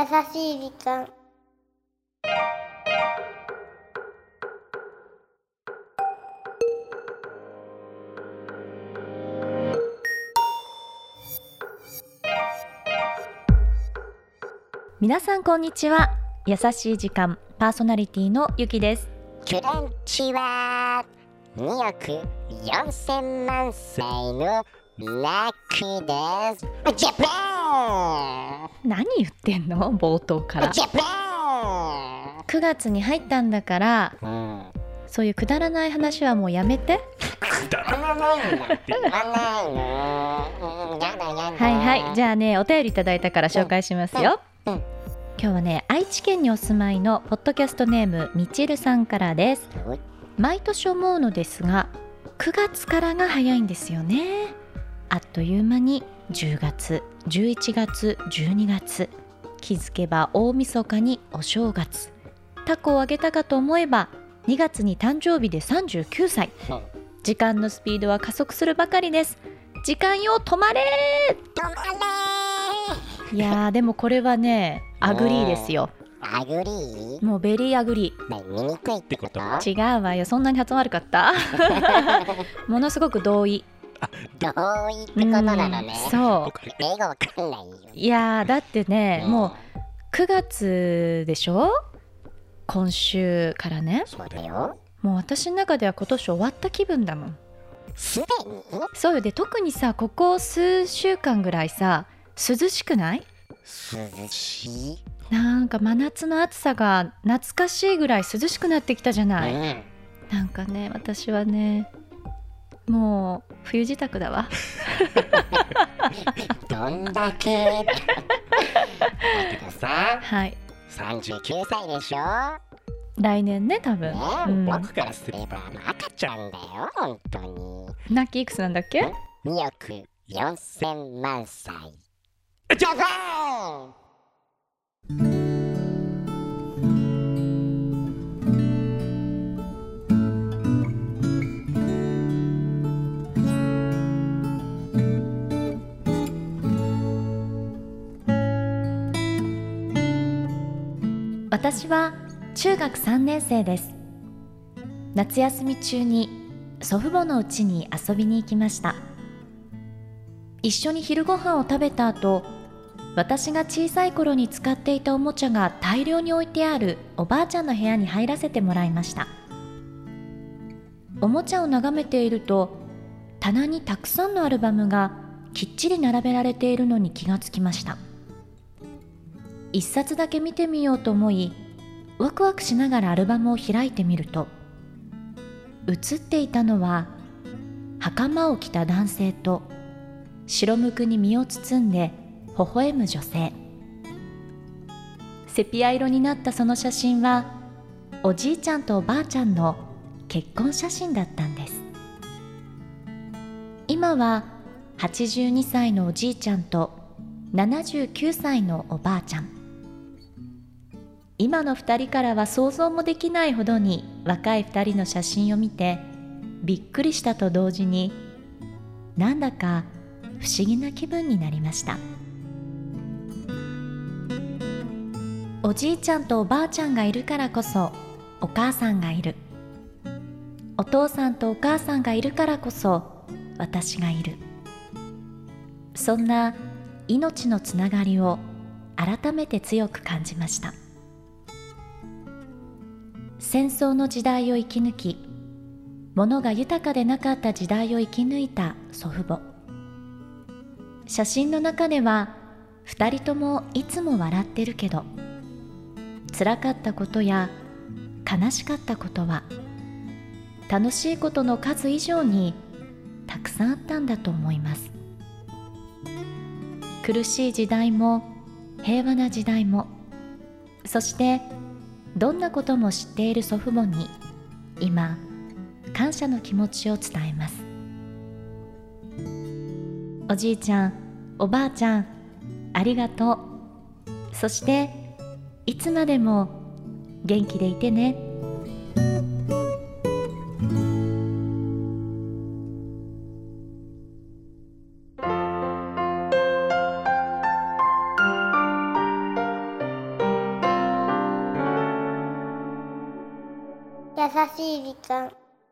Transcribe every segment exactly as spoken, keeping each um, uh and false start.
しい時間。 皆さんこんにちは。優しい時間パーソナリティのゆきです。 クランチはにおくよんせんまん歳のラックです。ジャパン。 何言ってんの冒頭から。 ジャパン。 くがつに入ったんだから、 うん、 そういうくだらない話はもうやめて。 くだらないんだって言わないの。うん、やだやだ。 はいはい、じゃあね、お便りいただいたから紹介しますよ。 うんうん、 今日はね、愛知県にお住まいのポッドキャストネームみちるさんからです。毎年思うのですが、くがつからが早いんですよね。あっという間にじゅうがつ、じゅういちがつ、じゅうにがつ、気づけば大晦日にお正月、タコをあげたかと思えばにがつに誕生日でさんじゅうきゅうさい。時間のスピードは加速するばかりです。時間よ止まれ止まれー。いやー、でもこれはね、アグリーですよ。 アグリー？ もうベリーアグリー。見にくいってこと？ 違うわよ、そんなに発音悪かったものすごく同意。 同意ってことなのね。 そう。 英語わかんないよ。 いやー、だってね、 うん、 もうくがつでしょ、今週からね。 そうだよ。 もう私の中では今年終わった気分だもん。 すでに？ そうよ。で、特にさ、ここ数週間ぐらいさ、涼しくない？ 涼しい？ なんか真夏の暑さが懐かしいぐらい涼しくなってきたじゃない、 うん、 なんかね、私はね、もう冬支度だわどんだけだけどさ、 はい、 さんじゅうきゅうさいでしょ。 来年ね、多分、 ね、 うん、 僕からすれば赤ちゃんだよ、本当に。 ナッキーいくつなんだっけ？ におくよんせんまん歳。ジャパン。 私は中学さんねん生です。夏休み中に祖父母の家に遊びに行きました。一緒に昼ご飯を食べた後、私が小さい頃に使っていたおもちゃが大量に置いてあるおばあちゃんの部屋に入らせてもらいました。おもちゃを眺めていると、棚にたくさんのアルバムがきっちり並べられているのに気がつきました。一冊だけ見てみようと思い、ワクワクしながらアルバムを開いてみると、写っていたのは袴を着た男性と白むくに身を包んで微笑む女性。セピア色になったその写真は、おじいちゃんとおばあちゃんの結婚写真だったんです。今ははちじゅうにさいのおじいちゃんとななじゅうきゅうさいのおばあちゃん。今のふたりからは想像もできないほどに若いふたりの写真を見てびっくりしたと同時に、なんだか不思議な気分になりました。おじいちゃんとおばあちゃんがいるからこそお母さんがいる。お父さんとお母さんがいるからこそ私がいる。そんな命のつながりを改めて強く感じました。戦争の時代を生き抜き、物が豊かでなかった時代を生き抜いた祖父母。写真の中では二人ともいつも笑ってるけど、辛かったことや悲しかったことは楽しいことの数以上にたくさんあったんだと思います。苦しい時代も平和な時代も、そしてどんなことも知っている祖父母に今感謝の気持ちを伝えます。おじいちゃん、おばあちゃん、ありがとう。そしていつまでも元気でいてね。 しい時間。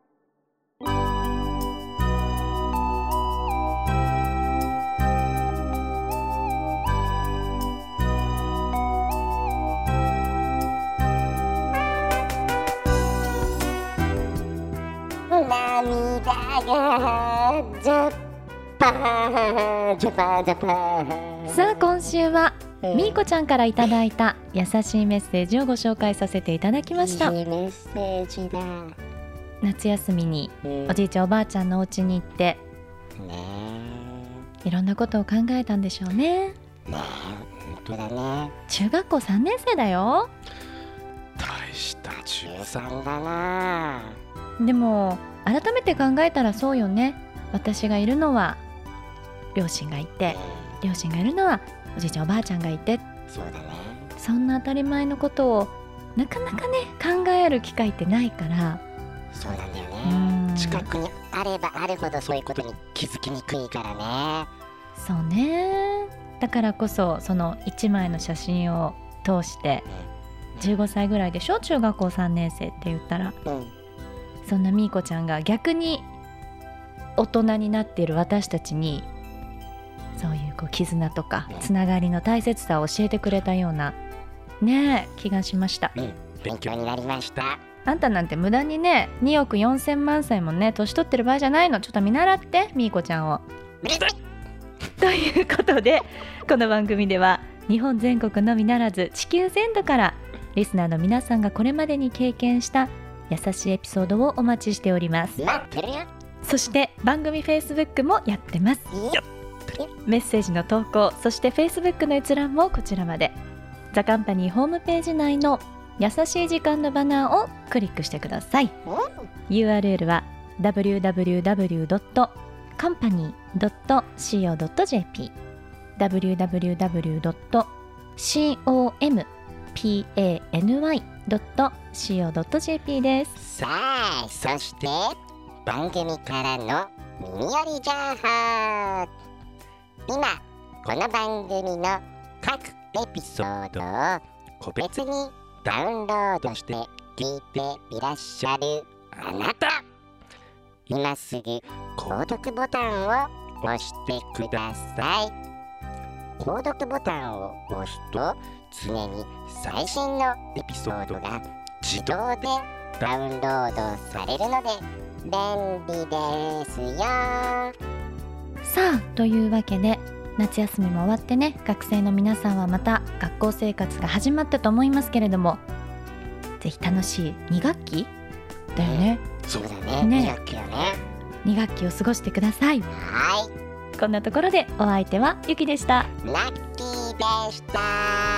涙がジャパンジャパンジャパン。 さあ今週はみーこちゃんからいただいた優しいメッセージをご紹介させていただきました。 いいメッセージだ。 夏休みにおじいちゃんおばあちゃんのお家に行ってねいろんなことを考えたんでしょうね。 えねえ本当だね。 中学校さんねん生だよ。 大した中中さんだな。 でも改めて考えたらそうよね。私がいるのは両親がいて、両親がいるのはおじいちゃんおばあちゃんがいて、 そうだね。 そんな当たり前のことをなかなかね考える機会ってないから。 そうなんだようね。 ん近くにあればあるほどそういうことに気づきにくいからね。 そうね。だからこそそのいちまいの写真を通してじゅうごさいぐらいでしょ、中学校さんねん生って言ったら。 うんそんなみーこちゃんが逆に大人になっている私たちにそういうこう絆とかつながりの大切さを教えてくれたようなねえ気がしました。 うん勉強になりました。 あんたなんて無駄にねにおくよんせんまん歳もね年取ってる場合じゃないの。ちょっと見習ってみーこちゃんを。 うるさい。 ということでこの番組では日本全国のみならず地球全土からリスナーの皆さんがこれまでに経験した優しいエピソードをお待ちしております。 待ってるよ。 そして番組 Facebook もやってます。 よメッセージの投稿、そして Facebook の閲覧もこちらまで。ザカンパニーホームページ内の優しい時間のバナーをクリックしてください。 ユーアールエル は ダブリューダブリューダブリュードットカンパニードットシーオードットジェーピー ダブリューダブリューダブリュードットシーオーエムピーエーエヌワイドットシーオードットジェーピー です。 さあそして番組からの耳寄り情報。今この番組の各エピソードを個別にダウンロードして聞いていらっしゃるあなた、今すぐ購読ボタンを押してください。購読ボタンを押すと常に最新のエピソードが自動でダウンロードされるので便利ですよ。 さあというわけで夏休みも終わってね、学生の皆さんはまた学校生活が始まったと思いますけれども、ぜひ楽しいに学期だよね。 そうだね。 ねに学期よね。 に学期を過ごしてください。 はこんなところでお相手はゆきでした。 い、ラッキーでした。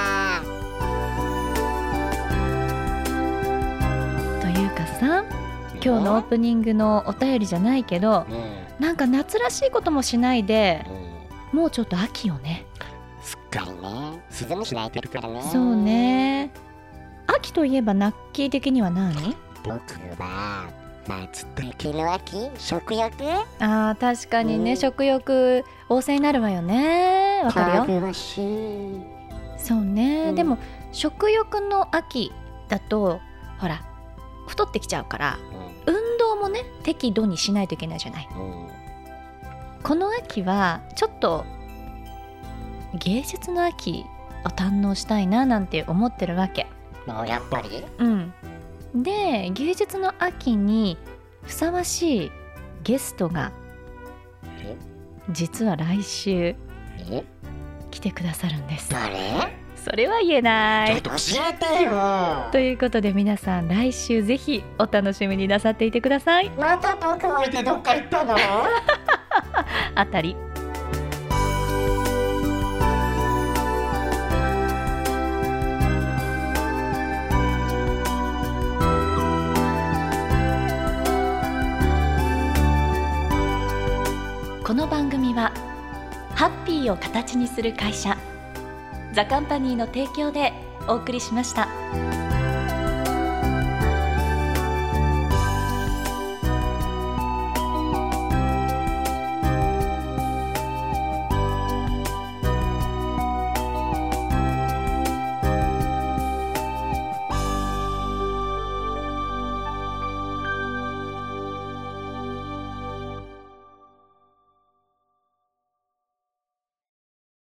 というかさ、今日のオープニングのお便りじゃないけど、 うんなんか夏らしいこともしないでうん、 もうちょっと秋よね。 すっかりね、鈴虫鳴いてるからね。 そうね。秋といえばナッキー的には何？ 僕は松茸の秋、食欲。 あー確かにね、 うん食欲旺盛になるわよね。わかるよ。 かぐわしい。 そうね、 うんでも食欲の秋だとほら太ってきちゃうから運動もね適度にしないといけないじゃない。 うんうんこの秋はちょっと芸術の秋を堪能したいななんて思ってるわけ。 もうやっぱりうんで芸術の秋にふさわしいゲストがえ実は来週え来てくださるんです。 誰？ それは言えないちょっと教えてよ。 ということで皆さん来週ぜひお楽しみになさっていてください。 また僕置いてどっか行ったの？ あたりこの番組はハッピーを形にする会社ザカンパニーの提供でお送りしました。